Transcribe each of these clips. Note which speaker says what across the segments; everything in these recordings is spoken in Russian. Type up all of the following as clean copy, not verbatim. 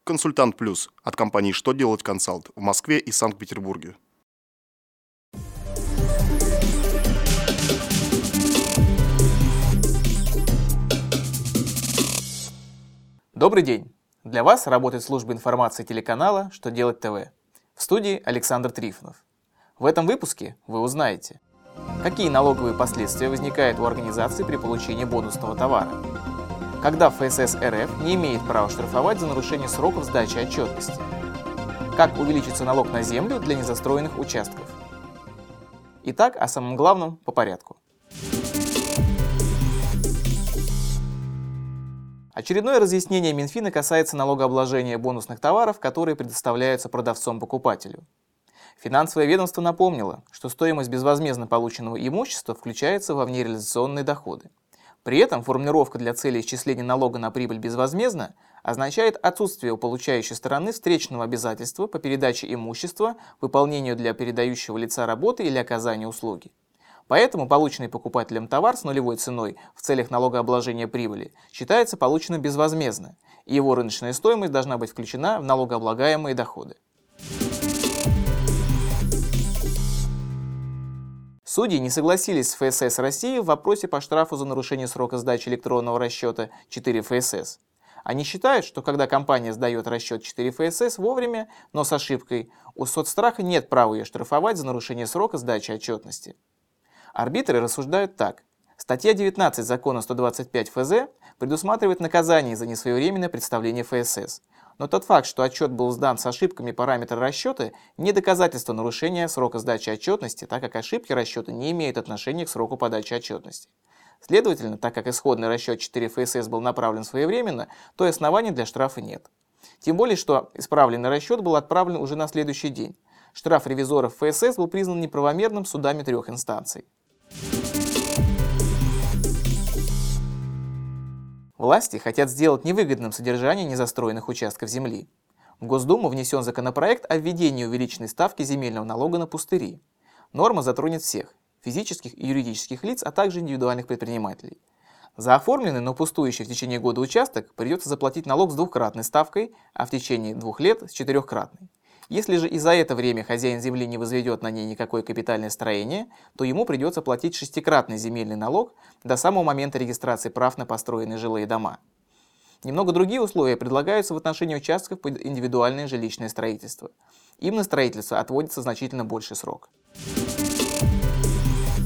Speaker 1: Консультант Плюс от компании «Что делать консалт» в Москве и Санкт-Петербурге.
Speaker 2: Добрый день! Для вас работает служба информации телеканала «Что делать ТВ». В студии Александр Трифонов. В этом выпуске вы узнаете, какие налоговые последствия возникают у организации при получении бонусного товара, когда ФСС РФ не имеет права штрафовать за нарушение сроков сдачи отчетности, как увеличится налог на землю для незастроенных участков. Итак, о самом главном по порядку. Очередное разъяснение Минфина касается налогообложения бонусных товаров, которые предоставляются продавцом-покупателю. Финансовое ведомство напомнило, что стоимость безвозмездно полученного имущества включается во внереализационные доходы. При этом формулировка для цели исчисления налога на прибыль безвозмездно означает отсутствие у получающей стороны встречного обязательства по передаче имущества, выполнению для передающего лица работы или оказанию услуги. Поэтому полученный покупателем товар с нулевой ценой в целях налогообложения прибыли считается полученным безвозмездно, и его рыночная стоимость должна быть включена в налогооблагаемые доходы. Судьи не согласились с ФСС России в вопросе по штрафу за нарушение срока сдачи электронного расчета 4 ФСС. Они считают, что когда компания сдает расчет 4 ФСС вовремя, но с ошибкой, у соцстраха нет права ее штрафовать за нарушение срока сдачи отчетности. Арбитры рассуждают так. Статья 19 закона 125 ФЗ предусматривает наказание за несвоевременное представление ФСС. Но тот факт, что отчет был сдан с ошибками параметра расчета, не доказательство нарушения срока сдачи отчетности, так как ошибки расчета не имеют отношения к сроку подачи отчетности. Следовательно, так как исходный расчет 4 ФСС был направлен своевременно, то и оснований для штрафа нет. Тем более, что исправленный расчет был отправлен уже на следующий день. Штраф ревизоров ФСС был признан неправомерным судами 3 инстанций. Власти хотят сделать невыгодным содержание незастроенных участков земли. В Госдуму внесен законопроект о введении увеличенной ставки земельного налога на пустыри. Норма затронет всех – физических и юридических лиц, а также индивидуальных предпринимателей. За оформленный, но пустующий в течение года участок придется заплатить налог с 2-кратной ставкой, а в течение 2 лет с 4-кратной. Если же и за это время хозяин земли не возведет на ней никакое капитальное строение, то ему придется платить 6-кратный земельный налог до самого момента регистрации прав на построенные жилые дома. Немного другие условия предлагаются в отношении участков под индивидуальное жилищное строительство. Им на строительство отводится значительно больший срок.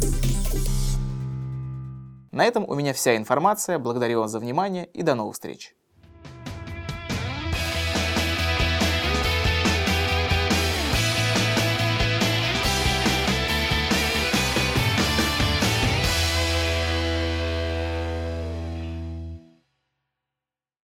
Speaker 2: На этом у меня вся информация. Благодарю вас за внимание и до новых встреч.